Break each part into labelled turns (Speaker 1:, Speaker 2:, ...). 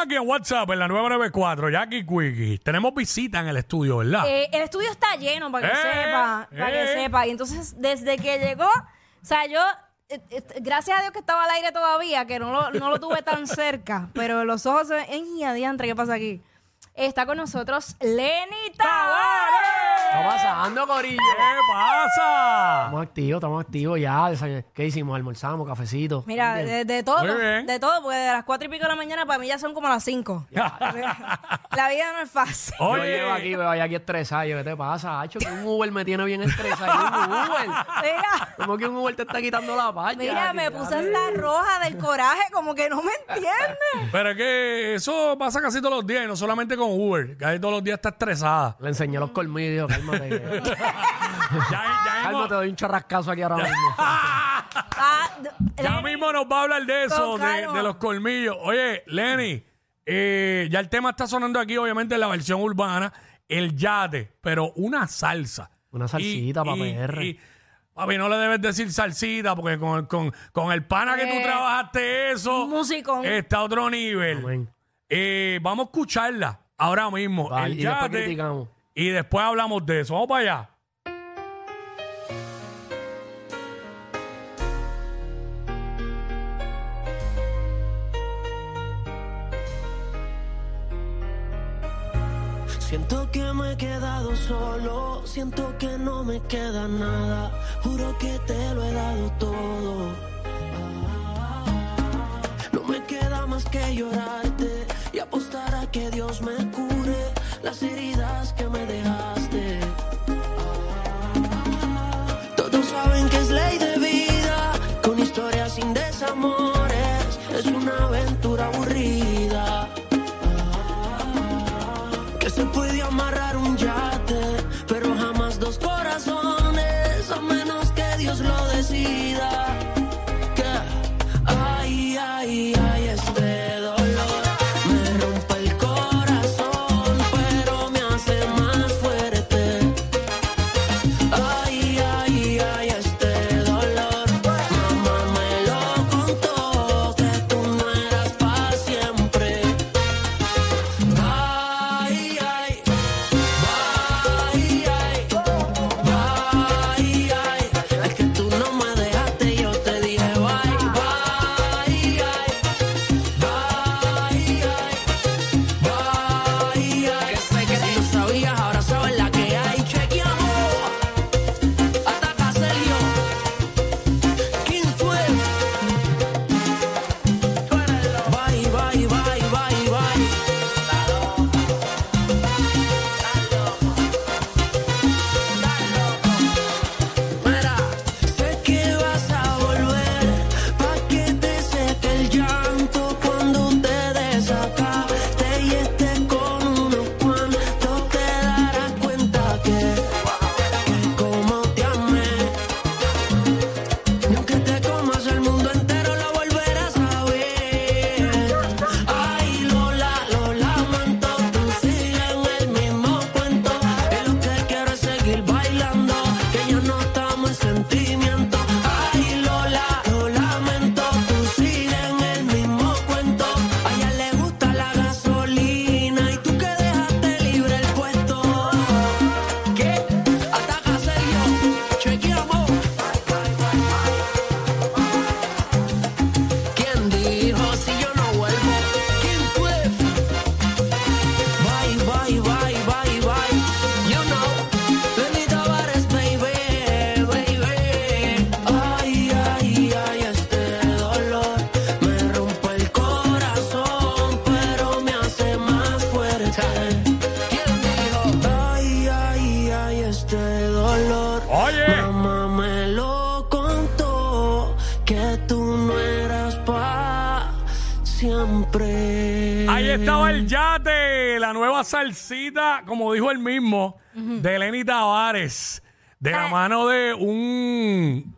Speaker 1: aquí en WhatsApp, en la 994, Jackie Quickie. Tenemos visita en el estudio, ¿verdad?
Speaker 2: El estudio está lleno, para que sepa. Para que sepa. Y entonces, desde que llegó, o sea, yo, gracias a Dios que estaba al aire todavía, que no lo tuve tan cerca, pero los ojos se ven, ¡ay, adiantre! ¿Qué pasa aquí? Está con nosotros Lenny Tavares.
Speaker 3: ¿Qué está pasando, corillo?
Speaker 1: ¿Qué pasa?
Speaker 3: Estamos activos ya. ¿Qué hicimos? Almorzamos, cafecito.
Speaker 2: Mira, de todo,
Speaker 1: Muy bien.
Speaker 2: de todo, porque de las 4 y pico de la mañana para mí ya son como las 5. La vida no es fácil.
Speaker 3: Yo
Speaker 1: Oye,
Speaker 3: llevo aquí, veo aquí estresado. Yo, ¿qué te pasa, Hacho? Que un Uber me tiene bien estresado. Un Uber.
Speaker 2: Mira,
Speaker 3: Como que un Uber te está quitando la paz.
Speaker 2: mira, me puse hasta roja del coraje, como que no me entiendes.
Speaker 1: pero es que eso pasa casi todos los días y no solamente con Uber. Casi todos los días está estresada.
Speaker 3: Le enseñé los colmillos, cálmate.
Speaker 1: Ya
Speaker 3: Cálmate, doy un chorrascazo aquí ahora mismo.
Speaker 1: Ya mismo nos va a hablar de eso,
Speaker 2: Con calma.
Speaker 1: de los colmillos. Oye, Lenny, ya el tema está sonando aquí, obviamente, en la versión urbana, el yate, pero una salsa.
Speaker 3: Una salsita pa' PR.
Speaker 1: Papi, no le debes decir salsita, porque con el pana que tú trabajaste eso,
Speaker 2: Un musicón.
Speaker 1: está a otro nivel.
Speaker 3: Amén.
Speaker 1: Vamos a escucharla ahora mismo.
Speaker 3: Vale,
Speaker 1: el
Speaker 3: y después
Speaker 1: yate,
Speaker 3: criticamos.
Speaker 1: y después hablamos de eso. Vamos para allá.
Speaker 4: Siento que me he quedado solo, siento que no me queda nada, juro que te lo he dado todo. No me queda más que llorarte y apostar a que Dios me cure las heridas que me dejaste. Todos saben que es ley de vida, con historias sin desamores, es una aventura aburrida. Que se puede amarrar un yate, pero jamás dos corazones, a menos que Dios lo decida. Que ay, ay, ay, este dolor me rompe el corazón, pero me hace más fuerte. Ay, ay, ay, este dolor, mamá me lo contó, que tú no eras para siempre. Ay, ay, ay, ay, ay, ay, es que tú no me dejaste y yo te dije bye, bye, ay, bye, ay, ay, que si no sabías ahora sabes la que hay. Chequeamos, ataca Sergio, King Swift, bye, bye, bye, bye, bye. Mira, sé que vas a volver, pa' que te seque el llanto cuando te desacabe y estés con unos cuantos, te darás cuenta que como te amé, ni aunque te comas el mundo entero lo volverás a ver. Ay, Lola, lo lamento, tú sigues en el mismo cuento, y lo que quiero es seguir bailando, que ya no estamos en sentimiento. Ay, Lola, lo lamento, tú sigues en el mismo cuento, a ella le gusta la gasolina y tú que dejaste libre el puesto. ¿Qué? Ataca Sergio, chequeamos. ¿Quién dijo si yo no vuelvo? King Swift. Bye, bye, bye, bye, bye. You know, Lenny Tavares, baby, baby. Ay, ay, ay, este dolor me rompe el corazón, pero me hace más fuerte. ¿Quién dijo? Ay, ay, ay, este dolor.
Speaker 1: Oye.
Speaker 4: Mamá me lo contó, que tú no eras pa' siempre.
Speaker 1: Ahí estaba el yate, la nueva salsita, como dijo él mismo, de Lenny Tavares, de la mano de un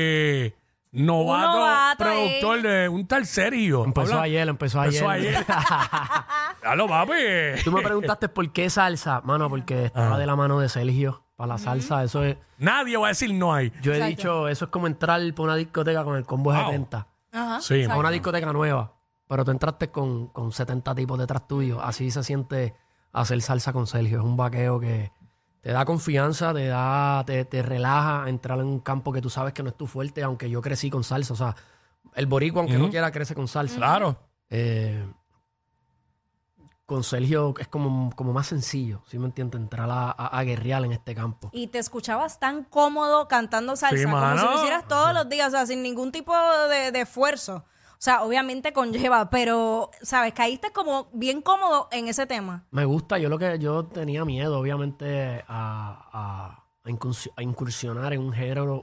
Speaker 1: novato productor, de un tal Sergio.
Speaker 3: Empezó
Speaker 1: Habla-
Speaker 3: ayer.
Speaker 1: Empezó ayer. Dalo, papi.
Speaker 3: Tú me preguntaste por qué salsa. Mano, porque estaba de la mano de Sergio. Para la salsa, eso es...
Speaker 1: Nadie va a decir no hay.
Speaker 3: Yo he
Speaker 2: Exacto.
Speaker 3: dicho, eso es como entrar por una discoteca con el combo
Speaker 1: Wow.
Speaker 3: 70.
Speaker 2: Ajá.
Speaker 1: Sí,
Speaker 3: A una discoteca nueva. pero tú entraste con 70 tipos detrás tuyo. Así se siente hacer salsa con Sergio. Es un vaqueo que te da confianza, te relaja entrar en un campo que tú sabes que no es tu fuerte, aunque yo crecí con salsa. O sea, el boricua, aunque no quiera, crece con salsa.
Speaker 1: Claro.
Speaker 3: Con Sergio es como más sencillo, ¿sí me entiendes? Entrar a guerrear en este campo.
Speaker 2: Y te escuchabas tan cómodo cantando salsa,
Speaker 1: Sí,
Speaker 2: como
Speaker 1: mano.
Speaker 2: si lo hicieras todos los días, o sea, sin ningún tipo de esfuerzo. O sea, obviamente conlleva, pero, ¿sabes? Caíste como bien cómodo en ese tema.
Speaker 3: Me gusta, yo tenía miedo, obviamente, a incursionar en un género,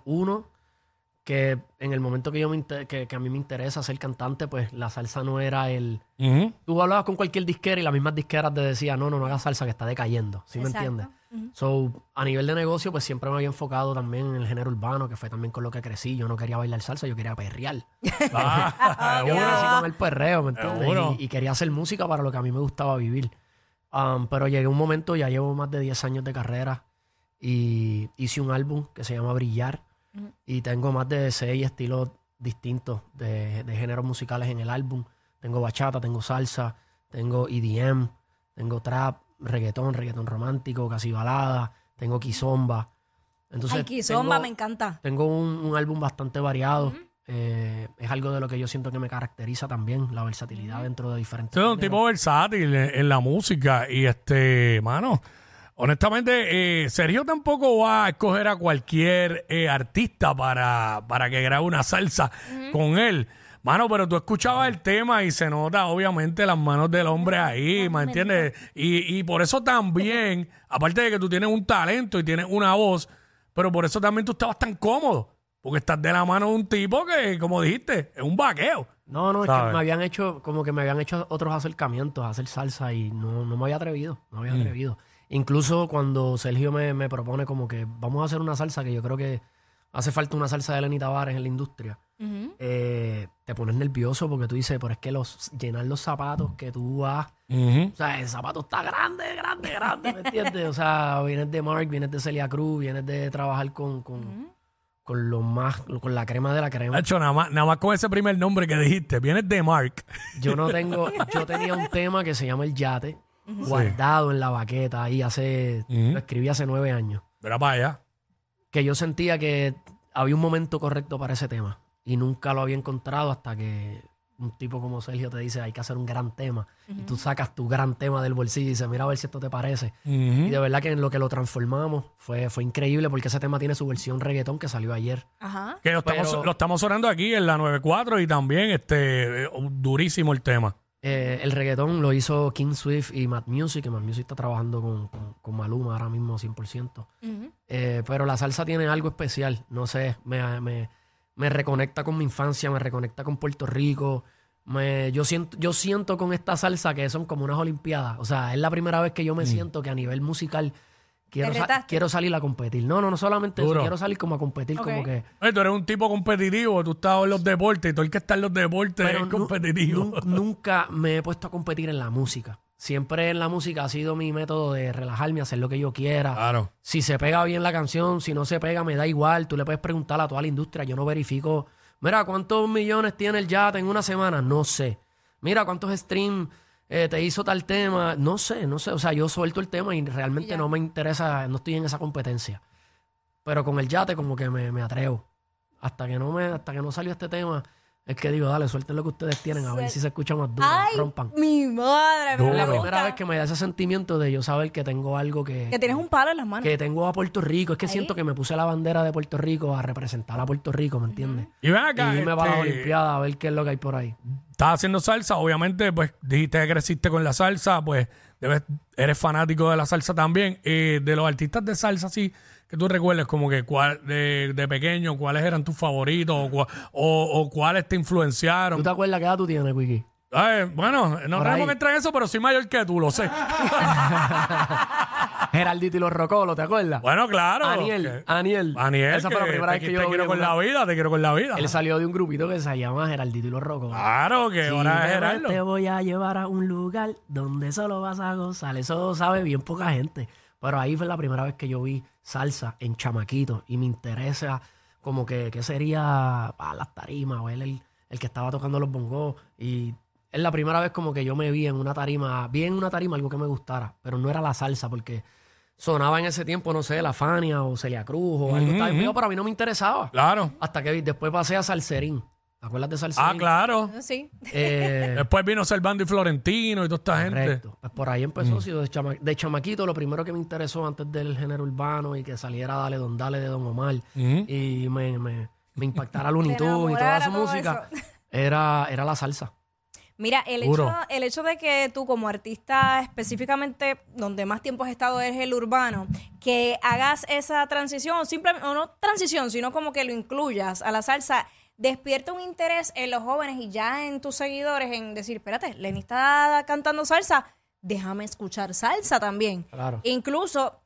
Speaker 3: que en el momento que que a mí me interesa ser cantante, pues la salsa no era el...
Speaker 1: Ujú.
Speaker 3: Tú hablabas con cualquier disquera y las mismas disqueras te decían, no hagas salsa que está decayendo, ¿sí me
Speaker 2: Exacto.
Speaker 3: entiendes? So, a nivel de negocio, pues siempre me había enfocado también en el género urbano, que fue también con lo que crecí. Yo no quería bailar salsa, yo quería perrear.
Speaker 1: Ah,
Speaker 3: Yo
Speaker 1: seguro.
Speaker 3: crecí con el perreo, ¿me entiendes?
Speaker 1: Seguro.
Speaker 3: Y quería hacer música para lo que a mí me gustaba vivir. Pero llegué a un momento, ya llevo más de 10 años de carrera, y hice un álbum que se llama Brillar, y tengo más de 6 estilos distintos de géneros musicales en el álbum. Tengo bachata, tengo salsa, tengo EDM, tengo trap, reggaetón romántico, casi balada, tengo kizomba. Entonces,
Speaker 2: Ay, Kizomba,
Speaker 3: tengo-
Speaker 2: me encanta.
Speaker 3: tengo un álbum bastante variado. Es algo de lo que yo siento que me caracteriza también, la versatilidad dentro de diferentes
Speaker 1: Tú eres un
Speaker 3: géneros.
Speaker 1: tipo versátil en la música y mano, honestamente, Sergio tampoco va a escoger a cualquier artista para que grabe una salsa con él. Mano, pero tú escuchabas el tema y se nota obviamente las manos del hombre ahí, ¿me entiendes? Y por eso también, aparte de que tú tienes un talento y tienes una voz, pero por eso también tú estabas tan cómodo, porque estás de la mano de un tipo que, como dijiste, es un vaqueo.
Speaker 3: No, es
Speaker 1: ¿sabes?
Speaker 3: que me habían hecho otros acercamientos a hacer salsa y no me había atrevido, Incluso cuando Sergio me propone como que vamos a hacer una salsa, que yo creo que hace falta una salsa de Lenny Tavares en la industria, te pones nervioso porque tú dices, pero es que llenar los zapatos que tú vas,
Speaker 1: Ujú.
Speaker 3: o sea, el zapato está grande, ¿me entiendes? O sea, vienes de Mark, vienes de Celia Cruz, vienes de trabajar con la crema de la crema.
Speaker 1: Hacho, nada más con ese primer nombre que dijiste, vienes de Mark.
Speaker 3: Yo tenía un tema que se llama El Yate, guardado en la baqueta ahí lo escribí hace 9 años,
Speaker 1: Mira para allá.
Speaker 3: que yo sentía que había un momento correcto para ese tema y nunca lo había encontrado hasta que un tipo como Sergio te dice hay que hacer un gran tema y tú sacas tu gran tema del bolsillo y dices mira a ver si esto te parece. Y de verdad que en lo que lo transformamos fue increíble porque ese tema tiene su versión reggaetón que salió ayer.
Speaker 2: Ajá.
Speaker 1: Que lo estamos sonando aquí en la 94 y también durísimo el tema.
Speaker 3: El reggaetón lo hizo King Swift y Mad Music, que Mad Music está trabajando con Maluma ahora mismo 100%. Pero la salsa tiene algo especial, no sé, me reconecta con mi infancia, me reconecta con Puerto Rico. Yo siento con esta salsa que son como unas olimpiadas. O sea, es la primera vez que yo me siento que a nivel musical
Speaker 2: retaste?
Speaker 3: quiero salir a competir. No solamente
Speaker 1: Duro.
Speaker 3: eso, quiero salir como a competir,
Speaker 2: Ok.
Speaker 3: como que...
Speaker 1: Oye, tú eres un tipo competitivo, tú estás en los deportes y todo el que está en los deportes es
Speaker 3: nu-
Speaker 1: competitivo.
Speaker 3: Nunca me he puesto a competir en la música. Siempre en la música ha sido mi método de relajarme, hacer lo que yo quiera.
Speaker 1: Claro.
Speaker 3: Si se pega bien la canción, si no se pega, me da igual. Tú le puedes preguntar a toda la industria. Yo no verifico. Mira, ¿cuántos millones tiene el Yate en una semana? No sé. Mira, ¿cuántos streams te hizo tal tema? No sé. O sea, yo suelto el tema y realmente no me interesa, no estoy en esa competencia. Pero con el Yate como que me atrevo. Hasta que no salió este tema, es que digo, dale, suelten lo que ustedes tienen, a ver si se escucha más duro,
Speaker 2: Ay,
Speaker 3: rompan.
Speaker 2: mi madre, me
Speaker 3: Es la
Speaker 2: gusta.
Speaker 3: primera vez que me da ese sentimiento de yo saber que tengo algo
Speaker 2: Que tienes un palo en las manos.
Speaker 3: que tengo a Puerto Rico. Es que
Speaker 2: Ahí.
Speaker 3: siento que me puse la bandera de Puerto Rico a representar a Puerto Rico, ¿me entiendes?
Speaker 1: Y ven acá,
Speaker 3: Y irme para las Olimpiadas a ver qué es lo que hay por ahí.
Speaker 1: estás haciendo salsa, obviamente, pues dijiste que creciste con la salsa, pues eres fanático de la salsa también. De los artistas de salsa, sí, que tú recuerdes como que de pequeño, cuáles eran tus favoritos o cuáles te influenciaron.
Speaker 3: ¿Tú te acuerdas qué edad tú tienes, Wiki?
Speaker 1: Bueno, no
Speaker 3: Por
Speaker 1: tenemos
Speaker 3: ahí.
Speaker 1: que entrar en eso, pero soy mayor que tú, lo sé.
Speaker 3: Geraldito y los Rocolos, ¿te acuerdas?
Speaker 1: Bueno, claro.
Speaker 3: Aniel.
Speaker 1: Aniel,
Speaker 3: Esa fue la primera vez que yo
Speaker 1: te
Speaker 3: lo vi
Speaker 1: quiero
Speaker 3: en
Speaker 1: con
Speaker 3: una-
Speaker 1: la vida, te quiero con la vida.
Speaker 3: Él salió de un grupito que se llama Geraldito y los Rocolos.
Speaker 1: Claro, que
Speaker 3: Si
Speaker 1: ahora es
Speaker 3: me ves,
Speaker 1: Gerardo.
Speaker 3: te voy a llevar a un lugar donde solo vas a gozar. Eso sabe bien poca gente. Pero ahí fue la primera vez que yo vi salsa en chamaquito y me interesa como que qué sería las tarimas o él el que estaba tocando los bongos y es la primera vez como que yo me vi en una tarima algo que me gustara, pero no era la salsa porque sonaba en ese tiempo, no sé, La Fania o Celia Cruz o algo estaba en vivo, pero a mí no me interesaba.
Speaker 1: Claro.
Speaker 3: Hasta que después pasé a Salserín. ¿Te acuerdas de Salserín?
Speaker 1: Ah, claro.
Speaker 2: Sí.
Speaker 1: Después vino Servando y Florentino y toda esta gente.
Speaker 3: Correcto. Pues por ahí empezó, sí, de chamaquito, lo primero que me interesó antes del género urbano y que saliera Dale Don Dale de Don Omar y me impactara Looney
Speaker 2: Te
Speaker 3: Tunes y toda
Speaker 2: enamorara
Speaker 3: su
Speaker 2: todo
Speaker 3: música,
Speaker 2: eso.
Speaker 3: era la salsa.
Speaker 2: Mira,
Speaker 1: Duro.
Speaker 2: el hecho de que tú como artista específicamente donde más tiempo has estado es el urbano, que hagas esa transición, o no transición, sino como que lo incluyas a la salsa, despierta un interés en los jóvenes y ya en tus seguidores en decir, espérate, Lenny está cantando salsa, déjame escuchar salsa también.
Speaker 3: Claro.
Speaker 2: Incluso,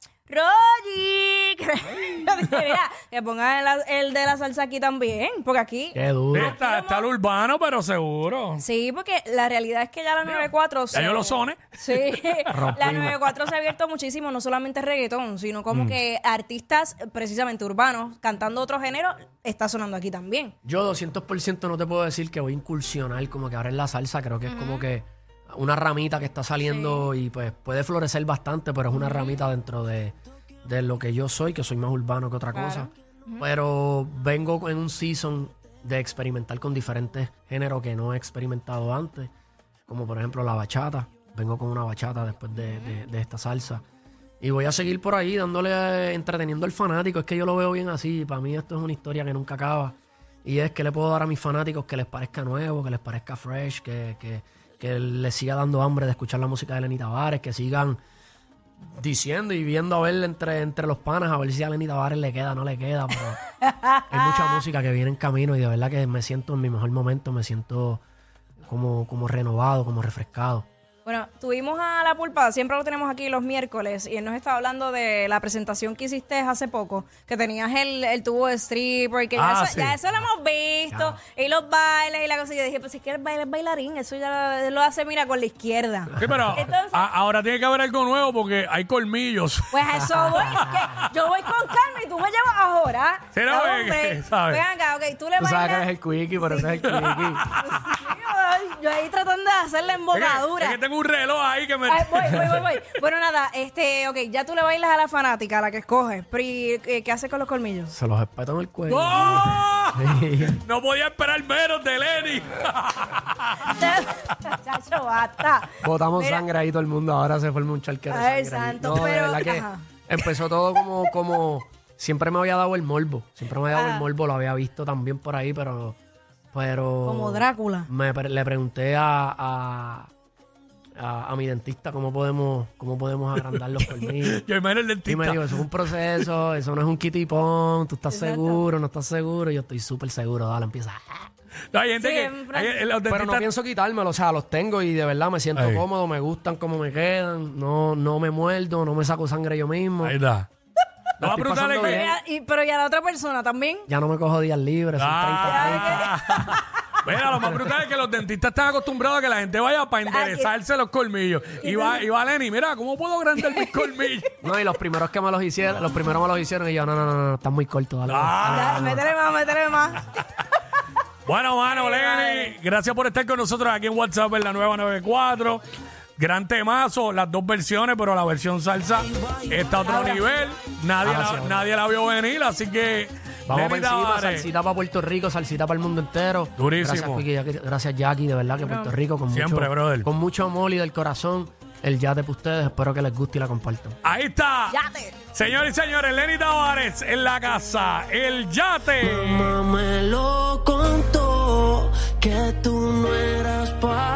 Speaker 2: Rogi, mira, que pongan el de la salsa aquí también, porque aquí...
Speaker 3: Qué duro.
Speaker 1: Está el urbano, pero seguro.
Speaker 2: Sí, porque la realidad es que ya la 94...
Speaker 1: Ya yo lo soné.
Speaker 2: Sí, la
Speaker 3: Rompimos.
Speaker 2: 94 se ha abierto muchísimo, no solamente reggaetón, sino como que artistas precisamente urbanos cantando otro género, está sonando aquí también.
Speaker 3: Yo 200% no te puedo decir que voy a incursionar como que ahora en la salsa, creo que es como que una ramita que está saliendo y pues puede florecer bastante, pero es una ramita dentro de lo que yo soy, que soy más urbano que otra cosa. Pero vengo en un season de experimentar con diferentes géneros que no he experimentado antes, como por ejemplo la bachata. Vengo con una bachata después de esta salsa. Y voy a seguir por ahí dándole, entreteniendo al fanático. Es que yo lo veo bien así. Para mí esto es una historia que nunca acaba. Y es que le puedo dar a mis fanáticos que les parezca nuevo, que les parezca fresh, que les siga dando hambre de escuchar la música de Lenny Tavares, que sigan diciendo y viendo a ver entre los panas, a ver si a Lenny Tavares le queda, no le queda. Pero hay mucha música que viene en camino y de verdad que me siento en mi mejor momento, me siento como renovado, como refrescado.
Speaker 2: Bueno, tuvimos a La Pulpa, siempre lo tenemos aquí los miércoles, y él nos estaba hablando de la presentación que hiciste hace poco, que tenías el tubo de stripper, que ya eso lo hemos visto, y los bailes y la cosa, y yo dije, pues es que el baile es bailarín, eso ya lo hace, mira, con la izquierda.
Speaker 1: Sí, pero
Speaker 2: Entonces-
Speaker 1: ahora tiene que haber algo nuevo porque hay colmillos.
Speaker 2: Pues a eso voy, que yo voy con calma y tú me llevas ahora.
Speaker 1: Sí, no,
Speaker 2: hombre,
Speaker 1: ¿sabes?
Speaker 2: ven acá, ok, tú le
Speaker 3: Tú sabes que
Speaker 2: bailas.
Speaker 3: eres el quickie, pero ese es el quickie.
Speaker 2: Yo ahí tratando de hacer la embocadura.
Speaker 1: Es que tengo un reloj ahí que me...
Speaker 2: Ay, voy. Bueno, nada, ok, ya tú le bailas a la fanática, a la que escoges. Pero ¿y qué haces con los colmillos?
Speaker 3: Se los espeto en el cuello.
Speaker 1: ¡Oh!
Speaker 3: Sí.
Speaker 1: No podía esperar menos de Lenny.
Speaker 2: Chacho, basta.
Speaker 3: Botamos
Speaker 2: Mira,
Speaker 3: sangre ahí todo el mundo, ahora se forma un charquero de
Speaker 2: Ay,
Speaker 3: sangre ahí.
Speaker 2: santo,
Speaker 3: No, de
Speaker 2: pero-
Speaker 3: verdad que
Speaker 2: ajá.
Speaker 3: empezó todo como siempre me había dado el morbo. Siempre me había dado el morbo, lo había visto también por ahí, pero
Speaker 2: Como Drácula.
Speaker 3: le pregunté a mi dentista cómo podemos agrandar los colmillos.
Speaker 1: Yo imagino el
Speaker 3: Y me
Speaker 1: dentista.
Speaker 3: dijo, eso es un proceso, eso no es un kitipón, tú estás
Speaker 2: Exacto.
Speaker 3: seguro, no estás seguro. Y yo estoy súper seguro, dale, empieza.
Speaker 1: No, hay gente
Speaker 2: Sí,
Speaker 1: que...
Speaker 2: en Francia.
Speaker 1: los
Speaker 3: Pero no
Speaker 1: dentistas-
Speaker 3: pienso quitármelo, o sea, los tengo y de verdad me siento
Speaker 1: Ahí.
Speaker 3: cómodo, me gustan como me quedan, no me muerdo, no me saco sangre yo mismo.
Speaker 1: Ahí está. No va a
Speaker 3: estoy
Speaker 1: preguntarle
Speaker 3: pasando
Speaker 1: que...
Speaker 3: bien.
Speaker 2: Pero ¿y a la otra persona también?
Speaker 3: Ya no me cojo días libres, son 30.
Speaker 1: Mira, lo más brutal es que los dentistas están acostumbrados a que la gente vaya para enderezarse los colmillos. Y va Lenny, mira, ¿cómo puedo agrandar mis colmillos?
Speaker 3: No, y los primeros me los hicieron y yo, no, están muy cortos, dale.
Speaker 1: Ah.
Speaker 2: Ya, métele más.
Speaker 1: Bueno, mano, Lenny, gracias por estar con nosotros aquí en WhatsApp en la nueva 94. Gran temazo, las dos versiones, pero la versión salsa está a otro nivel. Nadie la vio venir, así que...
Speaker 3: Vamos
Speaker 1: Lenny
Speaker 3: por encima,
Speaker 1: Tavares.
Speaker 3: salsita para Puerto Rico, salsita para el mundo entero.
Speaker 1: Durísimo.
Speaker 3: Gracias, Jackie, de verdad que Puerto Rico con
Speaker 1: Siempre, brother.
Speaker 3: con mucho amor y del corazón, el yate para ustedes, espero que les guste y la compartan.
Speaker 1: Ahí está.
Speaker 2: Yate.
Speaker 1: Señores y señores, Lenny Tavares en la casa. El yate.
Speaker 4: Mámelo con